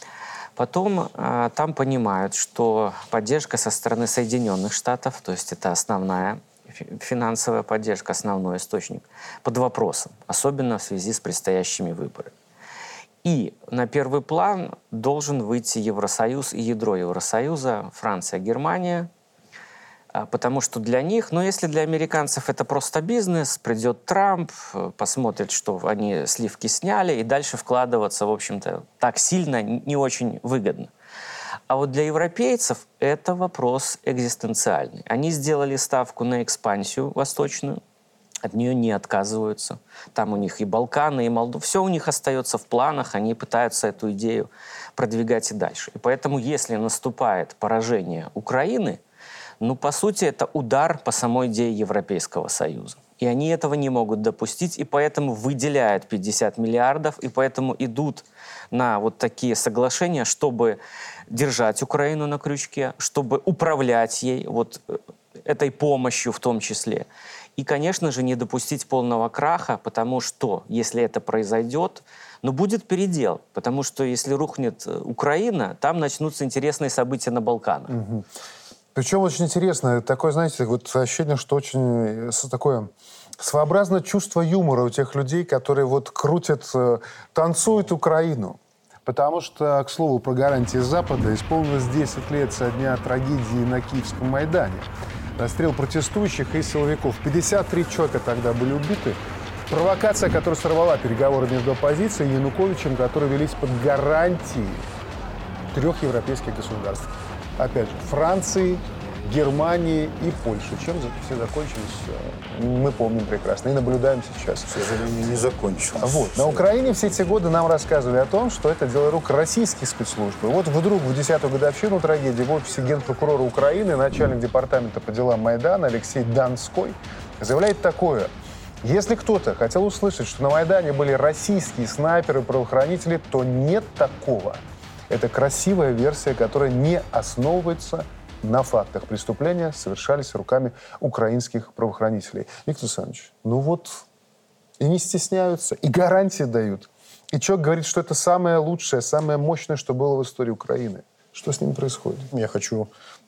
Потом э, там понимают, что поддержка со стороны Соединенных Штатов, то есть это основная финансовая поддержка, основной источник, под вопросом, особенно в связи с предстоящими выборами. И на первый план должен выйти Евросоюз и ядро Евросоюза, Франция, Германия, потому что для них, ну если для американцев это просто бизнес, придет Трамп, посмотрит, что они сливки сняли, и дальше вкладываться, в общем-то, так сильно не очень выгодно. А вот для европейцев это вопрос экзистенциальный. Они сделали ставку на экспансию восточную, от нее не отказываются. Там у них и Балканы, и Молдова. Все у них остается в планах, они пытаются эту идею продвигать и дальше. И поэтому, если наступает поражение Украины, ну, по сути, это удар по самой идее Европейского Союза. И они этого не могут допустить, и поэтому выделяют пятьдесят миллиардов, и поэтому идут на вот такие соглашения, чтобы держать Украину на крючке, чтобы управлять ей, вот этой помощью в том числе. И, конечно же, не допустить полного краха, потому что, если это произойдет, но будет передел, потому что если рухнет Украина, там начнутся интересные события на Балканах. Угу. Причем очень интересно, такое, знаете, вот ощущение, что очень такое своеобразное чувство юмора у тех людей, которые вот крутят, танцуют Украину. Потому что, к слову, про гарантии Запада исполнилось десять лет со дня трагедии на Киевском Майдане. Расстрел протестующих и силовиков. пятьдесят три человека тогда были убиты. Провокация, которая сорвала переговоры между оппозицией и Януковичем, которые велись под гарантией трех европейских государств. Опять же, Франции, Германии и Польши. Чем все закончились, мы помним прекрасно и наблюдаем сейчас. К сожалению, не закончилось. Вот. На Украине все эти годы нам рассказывали о том, что это дело рук российских спецслужб. И вот вдруг в десятую годовщину трагедии в офисе генпрокурора Украины начальник департамента по делам Майдана Алексей Донской заявляет такое. Если кто-то хотел услышать, что на Майдане были российские снайперы-правоохранители, то нет такого. Это красивая версия, которая не основывается на фактах. Преступления совершались руками украинских правоохранителей. Виктор Александрович, ну вот и не стесняются, и гарантии дают. И человек говорит, что это самое лучшее, самое мощное, что было в истории Украины. Что с ними происходит? Я хочу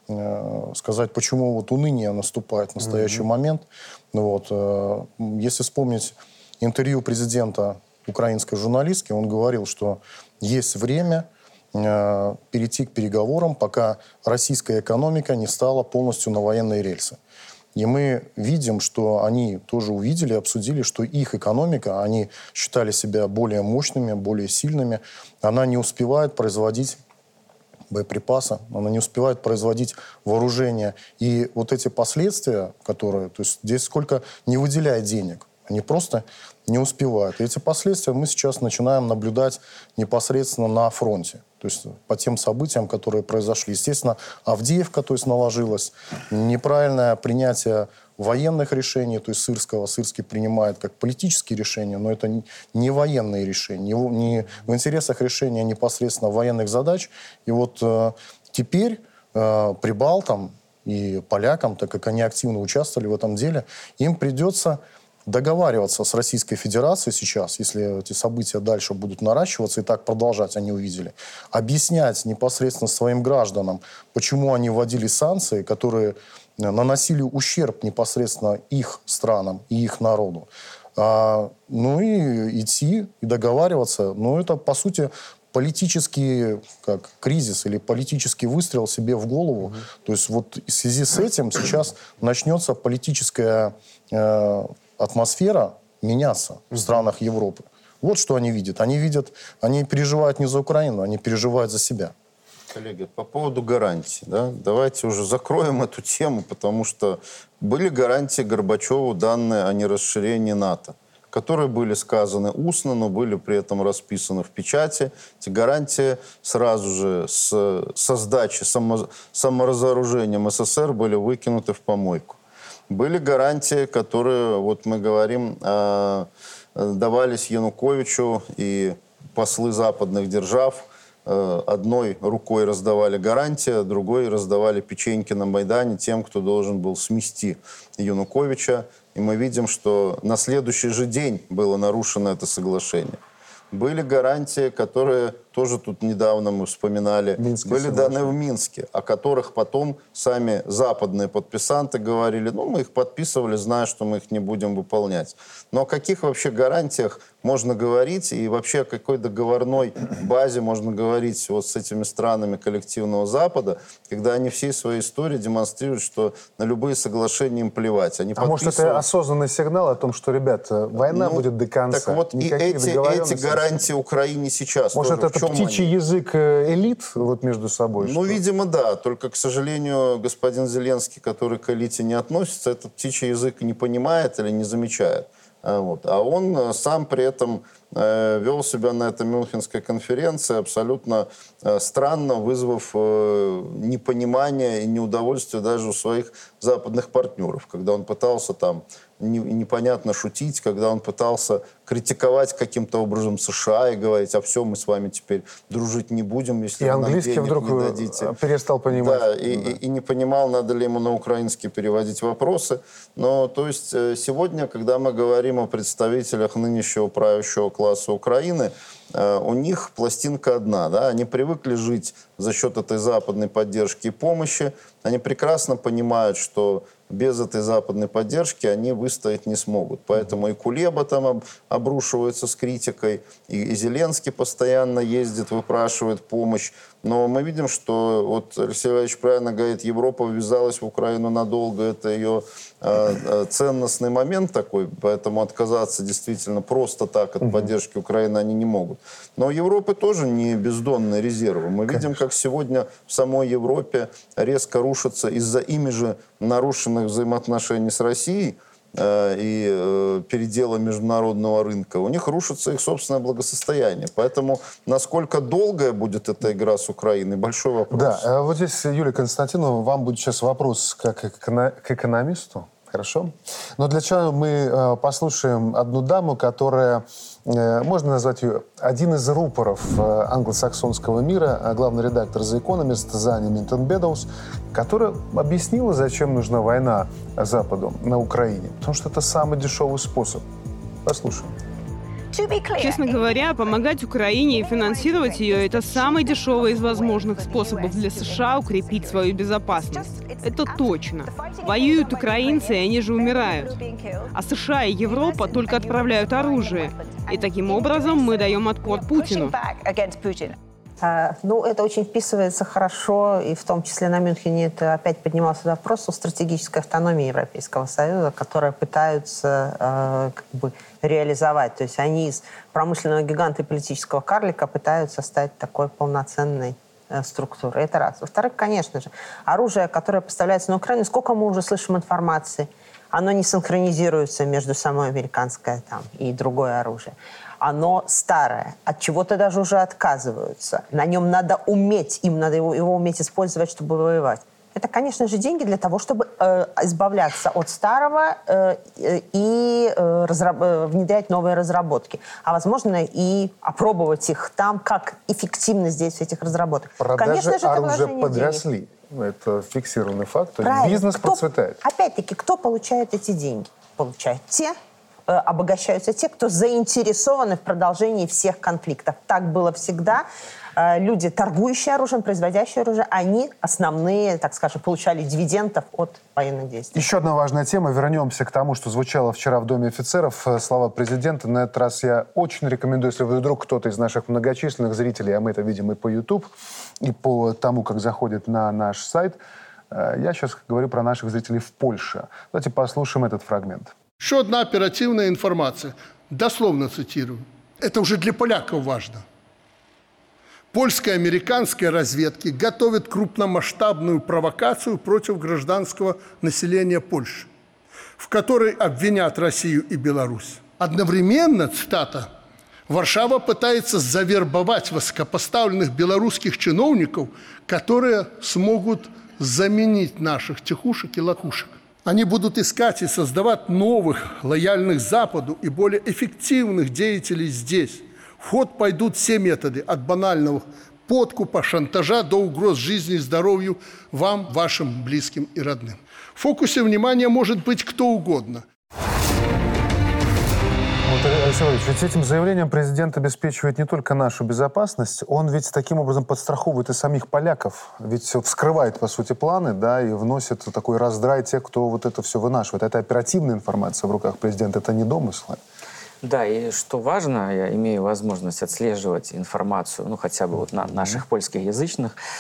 э, сказать, почему вот уныние наступает в настоящий mm-hmm. момент. Вот, э, если вспомнить интервью президента украинской журналистки, он говорил, что есть время э, перейти к переговорам, пока российская экономика не стала полностью на военные рельсы. И мы видим, что они тоже увидели, обсудили, что их экономика, они считали себя более мощными, более сильными, она не успевает производить боеприпасы, она не успевает производить вооружение. И вот эти последствия, которые, то есть здесь сколько не выделяет денег, они просто не успевают. И эти последствия мы сейчас начинаем наблюдать непосредственно на фронте. То есть по тем событиям, которые произошли. Естественно, Авдеевка, то есть наложилась, неправильное принятие военных решений, то есть Сырского. Сырский принимает как политические решения, но это не военные решения, не в интересах решения непосредственно военных задач. И вот э, теперь э, прибалтам и полякам, так как они активно участвовали в этом деле, им придется договариваться с Российской Федерацией сейчас, если эти события дальше будут наращиваться и так продолжать, они увидели, объяснять непосредственно своим гражданам, почему они вводили санкции, которые наносили ущерб непосредственно их странам и их народу. А, ну и идти и договариваться, ну это, по сути, политический как, кризис или политический выстрел себе в голову. Mm-hmm. То есть вот в связи с этим сейчас начнется политическая э, атмосфера меняться в странах Европы. Вот что они видят. Они видят, они переживают не за Украину, они переживают за себя. Коллеги, по поводу гарантий, да, давайте уже закроем эту тему, потому что были гарантии Горбачеву, данные о нерасширении НАТО, которые были сказаны устно, но были при этом расписаны в печати. Эти гарантии сразу же с, со сдачи, само, саморазоружением СССР были выкинуты в помойку. Были гарантии, которые, вот мы говорим, э, давались Януковичу, и послы западных держав э, одной рукой раздавали гарантии, а другой раздавали печеньки на Майдане тем, кто должен был смести Януковича. И мы видим, что на следующий же день было нарушено это соглашение. Были гарантии, которые тоже тут недавно мы вспоминали, Минский были соглашение. Даны в Минске, о которых потом сами западные подписанты говорили, ну, мы их подписывали, зная, что мы их не будем выполнять. Но о каких вообще гарантиях можно говорить и вообще о какой договорной базе можно говорить вот с этими странами коллективного Запада, когда они всей своей историей демонстрируют, что на любые соглашения им плевать. Они а может, это осознанный сигнал о том, что, ребята, война ну, будет до конца? Так вот, и эти, эти гарантии Украине сейчас может, тоже. Это птичий они? Язык элит вот между собой? Ну, что? видимо, да. Только, к сожалению, господин Зеленский, который к элите не относится, этот птичий язык не понимает или не замечает. Вот. А он сам при этом э, вел себя на этой Мюнхенской конференции абсолютно э, странно, вызвав э, непонимание и неудовольствие даже у своих западных партнеров, когда он пытался там не, непонятно шутить, когда он пытался критиковать каким-то образом США и говорить, а все, мы с вами теперь дружить не будем, если и вы нам английский денег вдруг не дадите. Перестал понимать. Да, и, и, и не понимал, надо ли ему на украинский переводить вопросы. Но, то есть, сегодня, когда мы говорим о представителях нынешнего правящего класса Украины, у них пластинка одна, да, они привыкли жить за счет этой западной поддержки и помощи, они прекрасно понимают, что без этой западной поддержки они выстоять не смогут. Поэтому и Кулеба там об, обрушивается с критикой, и, и Зеленский постоянно ездит, выпрашивает помощь. Но мы видим, что, вот Алексей Валерьевич правильно говорит, Европа ввязалась в Украину надолго, это ее э, э, ценностный момент такой, поэтому отказаться действительно просто так от поддержки Украины они не могут. Но у Европы тоже не бездонные резервы. Мы Конечно. видим, как сегодня в самой Европе резко рушатся из-за ими же нарушенных взаимоотношений с Россией э, и э, передела международного рынка, у них рушится их собственное благосостояние. Поэтому насколько долгая будет эта игра с Украиной, большой вопрос. Да, вот здесь, Юлия Константиновна, вам будет сейчас вопрос как к экономисту. Хорошо? Но для начала мы э, послушаем одну даму, которая, э, можно назвать ее, один из рупоров э, англосаксонского мира, э, главный редактор The Economist Зани Минтон-Бедоус, которая объяснила, зачем нужна война Западу на Украине. Потому что это самый дешевый способ. Послушаем. Честно говоря, помогать Украине и финансировать ее – это самый дешевый из возможных способов для США укрепить свою безопасность. Это точно. Воюют украинцы, и они же умирают. А США и Европа только отправляют оружие. И таким образом мы даем отпор Путину. Ну, это очень вписывается хорошо, и в том числе на Мюнхене это опять поднимался вопрос о стратегической автономии Европейского Союза, которую пытаются э, как бы реализовать. То есть они из промышленного гиганта и политического карлика пытаются стать такой полноценной э, структурой. Это раз. Во-вторых, конечно же, оружие, которое поставляется на Украину, сколько мы уже слышим информации, оно не синхронизируется между самой американской там, и другое оружие. Оно старое, от чего-то даже уже отказываются. На нем надо уметь, им надо его, его уметь использовать, чтобы воевать. Это, конечно же, деньги для того, чтобы э, избавляться от старого э, и э, разраб- внедрять новые разработки. А, возможно, и опробовать их там, как эффективность действия этих разработок. Продажи конечно же, оружия подросли. Денег. Это фиксированный факт. То есть бизнес кто, процветает. Опять-таки, кто получает эти деньги? Получают те, обогащаются те, кто заинтересованы в продолжении всех конфликтов. Так было всегда. Люди, торгующие оружием, производящие оружие, они основные, так скажем, получали дивидендов от военных действий. Еще одна важная тема. Вернемся к тому, что звучало вчера в Доме офицеров. Слова президента. На этот раз я очень рекомендую, если вдруг кто-то из наших многочисленных зрителей, а мы это видим и по YouTube, и по тому, как заходит на наш сайт, я сейчас говорю про наших зрителей в Польше. Давайте послушаем этот фрагмент. Еще одна оперативная информация. Дословно цитирую. Это уже для поляков важно. Польская и американская разведки готовят крупномасштабную провокацию против гражданского населения Польши, в которой обвинят Россию и Беларусь. Одновременно, цитата, Варшава пытается завербовать высокопоставленных белорусских чиновников, которые смогут заменить наших тихушек и лохушек. Они будут искать и создавать новых, лояльных Западу и более эффективных деятелей здесь. В ход пойдут все методы, от банального подкупа, шантажа до угроз жизни и здоровью вам, вашим близким и родным. В фокусе внимания может быть кто угодно. Вот, Алексей Валерьевич, ведь этим заявлением президент обеспечивает не только нашу безопасность, он ведь таким образом подстраховывает и самих поляков. Ведь вскрывает, по сути, планы, да, и вносит такой раздрай тех, кто вот это все вынашивает. Это оперативная информация в руках президента, это не домыслы. Да, и что важно, я имею возможность отслеживать информацию, ну, хотя бы вот на наших польскоязычных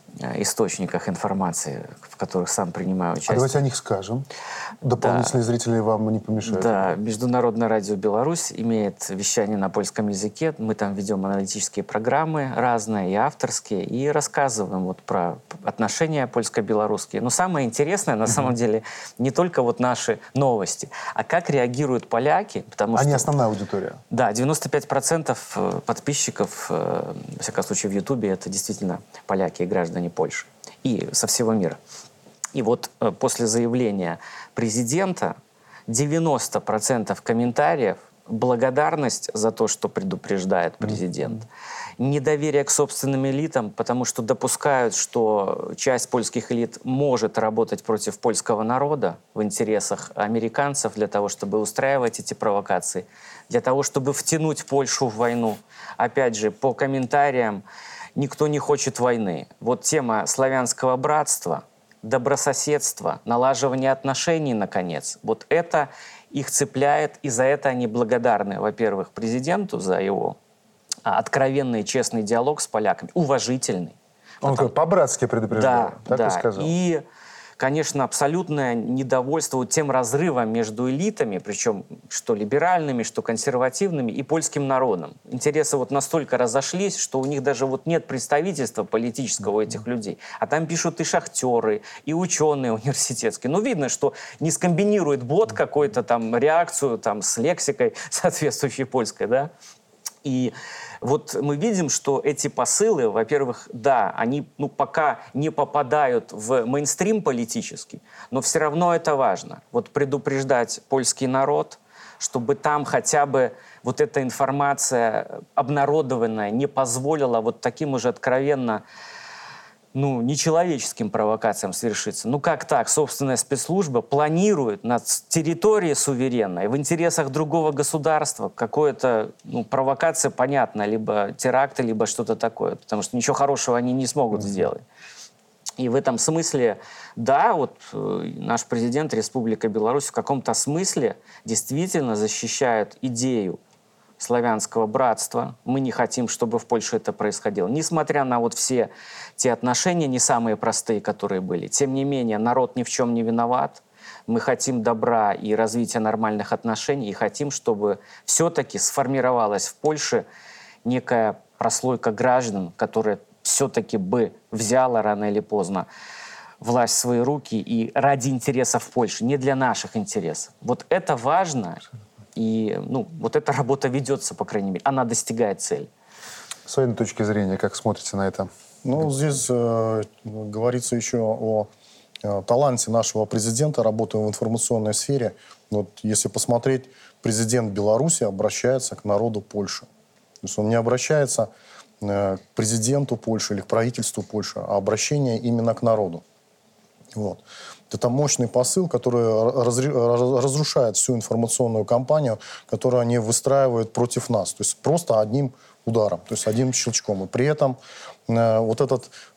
источниках информации, в которых сам принимаю участие. А давайте о них скажем. Дополнительные да. зрители вам не помешают. Да, Международное радио «Беларусь» имеет вещание на польском языке. Мы там ведем аналитические программы разные, и авторские, и рассказываем вот про отношения польско-белорусские. Но самое интересное, на самом деле, не только вот наши новости, а как реагируют поляки. Потому Они что, основная аудитория. Да, девяносто пять процентов подписчиков, во всяком случае, в Ютубе, это действительно поляки и граждане Польши. И со всего мира. И вот после заявления президента девяносто процентов комментариев благодарность за то, что предупреждает президент. Недоверие к собственным элитам, потому что допускают, что часть польских элит может работать против польского народа в интересах американцев для того, чтобы устраивать эти провокации, для того, чтобы втянуть Польшу в войну. Опять же, по комментариям, никто не хочет войны. Вот тема славянского братства, добрососедства, налаживания отношений, наконец, вот это их цепляет, и за это они благодарны, во-первых, президенту за его откровенный и честный диалог с поляками, уважительный. Он Потом... по-братски предупреждал, да, так да. и сказал. И, конечно, абсолютное недовольство вот тем разрывом между элитами, причем что либеральными, что консервативными, и польским народом. Интересы вот настолько разошлись, что у них даже вот нет представительства политического у этих людей. А там пишут и шахтеры, и ученые университетские. Ну, видно, что не скомбинирует бот какой-то там реакцию там, с лексикой соответствующей польской, да? И вот мы видим, что эти посылы, во-первых, да, они ну, пока не попадают в мейнстрим политический, но все равно это важно. Вот предупреждать польский народ, чтобы там хотя бы вот эта информация обнародованная не позволила вот таким уже откровенно ну, нечеловеческим провокациям совершиться. Ну как так? Собственная спецслужба планирует на территории суверенной, в интересах другого государства какое-то ну, провокация, понятно, либо теракты, либо что-то такое, потому что ничего хорошего они не смогут mm-hmm. сделать. И в этом смысле, да, вот э, наш президент Республики Беларусь в каком-то смысле действительно защищает идею славянского братства. Мы не хотим, чтобы в Польше это происходило. Несмотря на вот все те отношения, не самые простые, которые были. Тем не менее, народ ни в чем не виноват. Мы хотим добра и развития нормальных отношений, и хотим, чтобы все-таки сформировалась в Польше некая прослойка граждан, которая все-таки бы взяла рано или поздно власть в свои руки и ради интересов Польши, не для наших интересов. Вот это важно. И ну, вот эта работа ведется, по крайней мере. Она достигает цели. С военной точки зрения, как смотрите на это? Ну, здесь э, говорится еще о э, таланте нашего президента, работая в информационной сфере. Вот, если посмотреть, президент Беларуси обращается к народу Польши. То есть он не обращается э, к президенту Польши или к правительству Польши, а обращение именно к народу. Вот. Это мощный посыл, который разрушает всю информационную кампанию, которую они выстраивают против нас. То есть просто одним ударом, то есть одним щелчком. И при этом э, вот эта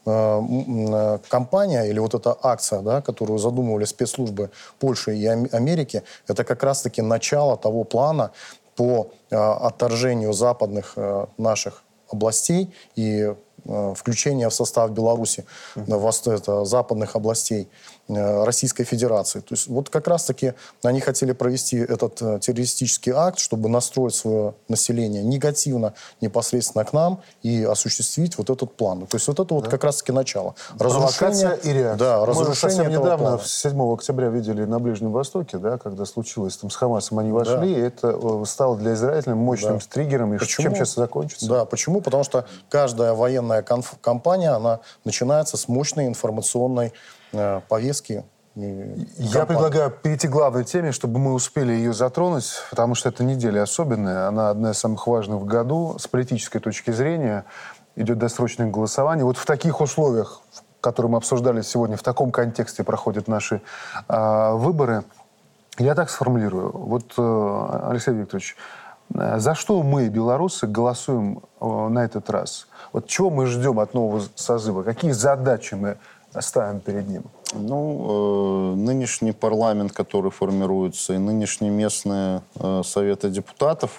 э, кампания или вот эта акция, да, которую задумывали спецслужбы Польши и Америки, это как раз-таки начало того плана по э, отторжению западных э, наших областей и э, включение в состав Беларуси mm-hmm. это, западных областей э, Российской Федерации. То есть вот как раз-таки они хотели провести этот э, террористический акт, чтобы настроить свое население негативно непосредственно к нам и осуществить вот этот план. То есть вот это вот да. как раз-таки начало. Разрушение и реакция. Да, Мы разрушение совсем недавно, плана. седьмого октября, видели на Ближнем Востоке, да, когда случилось там с Хамасом, они вошли, да. и это стало для Израиля мощным да. триггером. И почему? Чем сейчас закончится? Да, почему? Потому что каждая военная конф- кампания, она начинается с мощной информационной э, повестки. Я предлагаю перейти к главной теме, чтобы мы успели ее затронуть, потому что эта неделя особенная, она одна из самых важных в году. С политической точки зрения идет досрочное голосование. Вот в таких условиях, которые мы обсуждали сегодня, в таком контексте проходят наши э, выборы. Я так сформулирую. Вот, э, Алексей Викторович, за что мы, белорусы, голосуем э, на этот раз? Вот чего мы ждем от нового созыва? Какие задачи мы ставим перед ним? Ну, э, нынешний парламент, который формируется, и нынешние местные э, советы депутатов,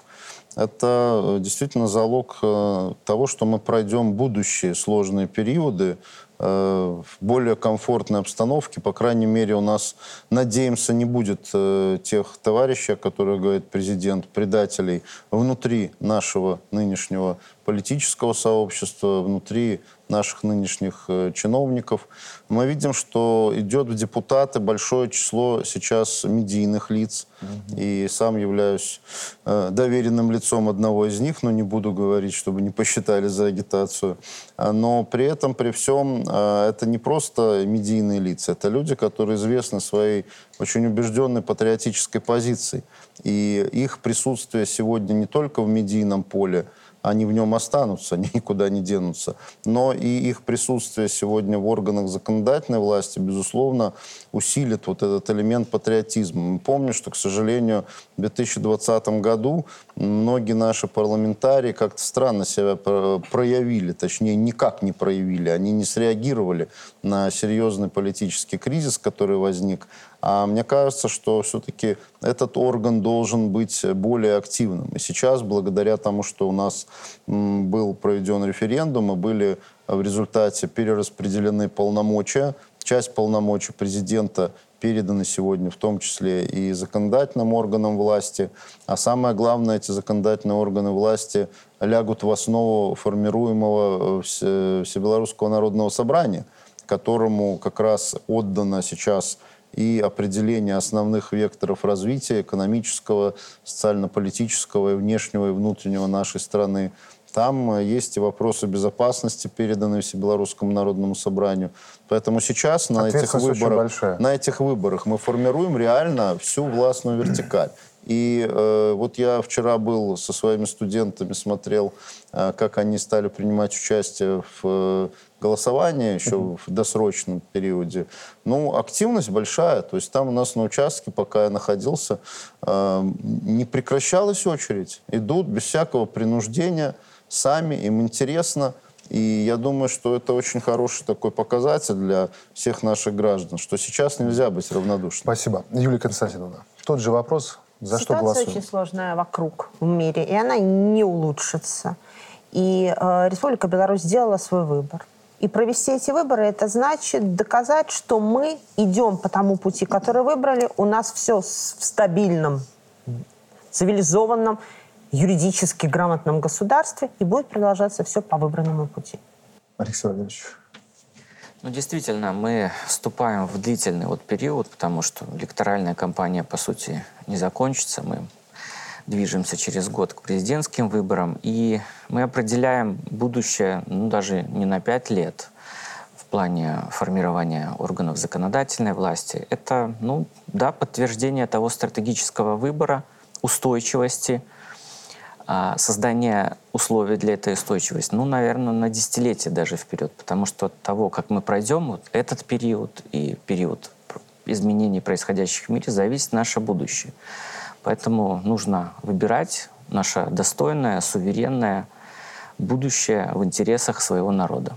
это действительно залог э, того, что мы пройдем будущие сложные периоды в более комфортной обстановке. По крайней мере, у нас, надеемся, не будет э, тех товарищей, о которых говорит президент, предателей внутри нашего нынешнего политического сообщества, внутри наших нынешних э, чиновников. Мы видим, что идет в депутаты большое число сейчас медийных лиц. Mm-hmm. И сам являюсь э, доверенным лицом одного из них, но не буду говорить, чтобы не посчитали за агитацию. Но при этом, при всем, э, это не просто медийные лица, это люди, которые известны своей очень убежденной патриотической позицией. И их присутствие сегодня не только в медийном поле, они в нем останутся, они никуда не денутся. Но и их присутствие сегодня в органах законодательной власти, безусловно, усилит вот этот элемент патриотизма. Мы помним, что, к сожалению, в две тысячи двадцатом году многие наши парламентарии как-то странно себя проявили, точнее, никак не проявили. Они не среагировали на серьезный политический кризис, который возник. А мне кажется, что все-таки этот орган должен быть более активным. И сейчас, благодаря тому, что у нас м, был проведен референдум, и были в результате перераспределены полномочия, часть полномочий президента переданы сегодня в том числе и законодательным органам власти. А самое главное, эти законодательные органы власти лягут в основу формируемого Всебелорусского народного собрания, которому как раз отдано сейчас и определение основных векторов развития экономического, социально-политического и внешнего и внутреннего нашей страны. Там есть и вопросы безопасности, переданные Всебелорусскому народному собранию. Поэтому сейчас на этих, выборах, на этих выборах мы формируем реально всю властную вертикаль. И э, вот я вчера был со своими студентами, смотрел, э, как они стали принимать участие в э, голосовании еще mm-hmm. в досрочном периоде. Ну, активность большая. То есть там у нас на участке, пока я находился, э, не прекращалась очередь. Идут без всякого принуждения, сами, им интересно. И я думаю, что это очень хороший такой показатель для всех наших граждан, что сейчас нельзя быть равнодушным. Спасибо. Юлия Константиновна, тот же вопрос. За что голосуем? Ситуация очень сложная вокруг в мире, и она не улучшится. И э, Республика Беларусь сделала свой выбор. И провести эти выборы, это значит доказать, что мы идем по тому пути, который выбрали. У нас все в стабильном, цивилизованном, юридически грамотном государстве, и будет продолжаться все по выбранному пути. Алексей Владимирович. Ну, действительно, мы вступаем в длительный вот период, потому что электоральная кампания, по сути, не закончится. Мы движемся через год к президентским выборам, и мы определяем будущее, ну, даже не на пять лет в плане формирования органов законодательной власти. Это, ну, да, подтверждение того стратегического выбора, устойчивости, создание условий для этой устойчивости, ну, наверное, на десятилетия даже вперед, потому что от того, как мы пройдем вот этот период и период изменений, происходящих в мире, зависит наше будущее. Поэтому нужно выбирать наше достойное, суверенное будущее в интересах своего народа.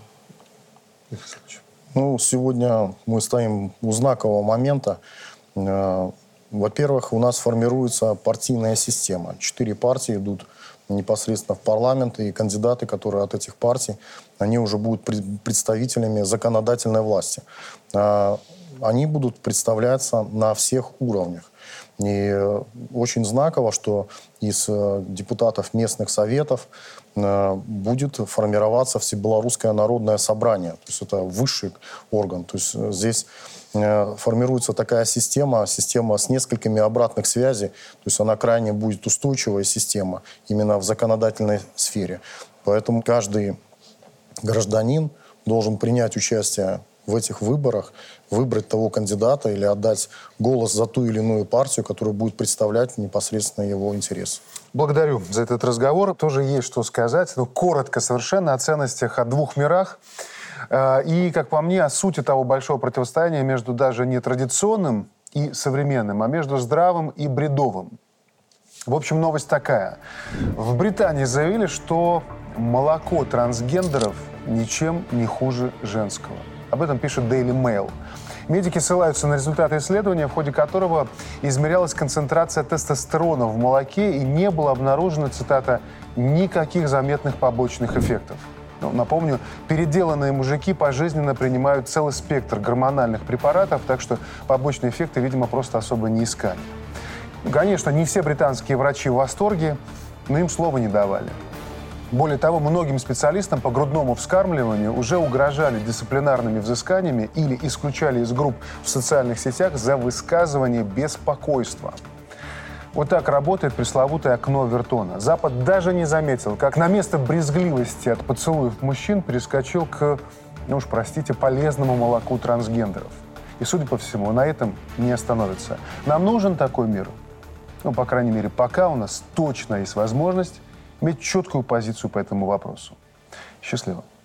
Ну, сегодня мы стоим у знакового момента. Во-первых, у нас формируется партийная система. Четыре партии идут непосредственно в парламент, и кандидаты, которые от этих партий, они уже будут представителями законодательной власти. Они будут представляться на всех уровнях. И очень знаково, что из депутатов местных советов будет формироваться Всебелорусское народное собрание. То есть это высший орган. То есть здесь формируется такая система, система с несколькими обратных связей. То есть она крайне будет устойчивая система именно в законодательной сфере. Поэтому каждый гражданин должен принять участие в этих выборах, выбрать того кандидата или отдать голос за ту или иную партию, которая будет представлять непосредственно его интерес. Благодарю за этот разговор. Тоже есть что сказать. Ну, коротко совершенно о ценностях, о двух мирах. И, как по мне, о сути того большого противостояния между даже не традиционным и современным, а между здравым и бредовым. В общем, новость такая. В Британии заявили, что молоко трансгендеров ничем не хуже женского. Об этом пишет Daily Mail. Медики ссылаются на результаты исследования, в ходе которого измерялась концентрация тестостерона в молоке и не было обнаружено, цитата, «никаких заметных побочных эффектов». Ну, напомню, переделанные мужики пожизненно принимают целый спектр гормональных препаратов, так что побочные эффекты, видимо, просто особо не искали. Конечно, не все британские врачи в восторге, но им слова не давали. Более того, многим специалистам по грудному вскармливанию уже угрожали дисциплинарными взысканиями или исключали из групп в социальных сетях за высказывание беспокойства. Вот так работает пресловутое окно Овертона. Запад даже не заметил, как на место брезгливости от поцелуев мужчин перескочил к, ну уж простите, полезному молоку трансгендеров. И, судя по всему, на этом не остановится. Нам нужен такой мир? Ну, по крайней мере, пока у нас точно есть возможность иметь четкую позицию по этому вопросу. Счастливо.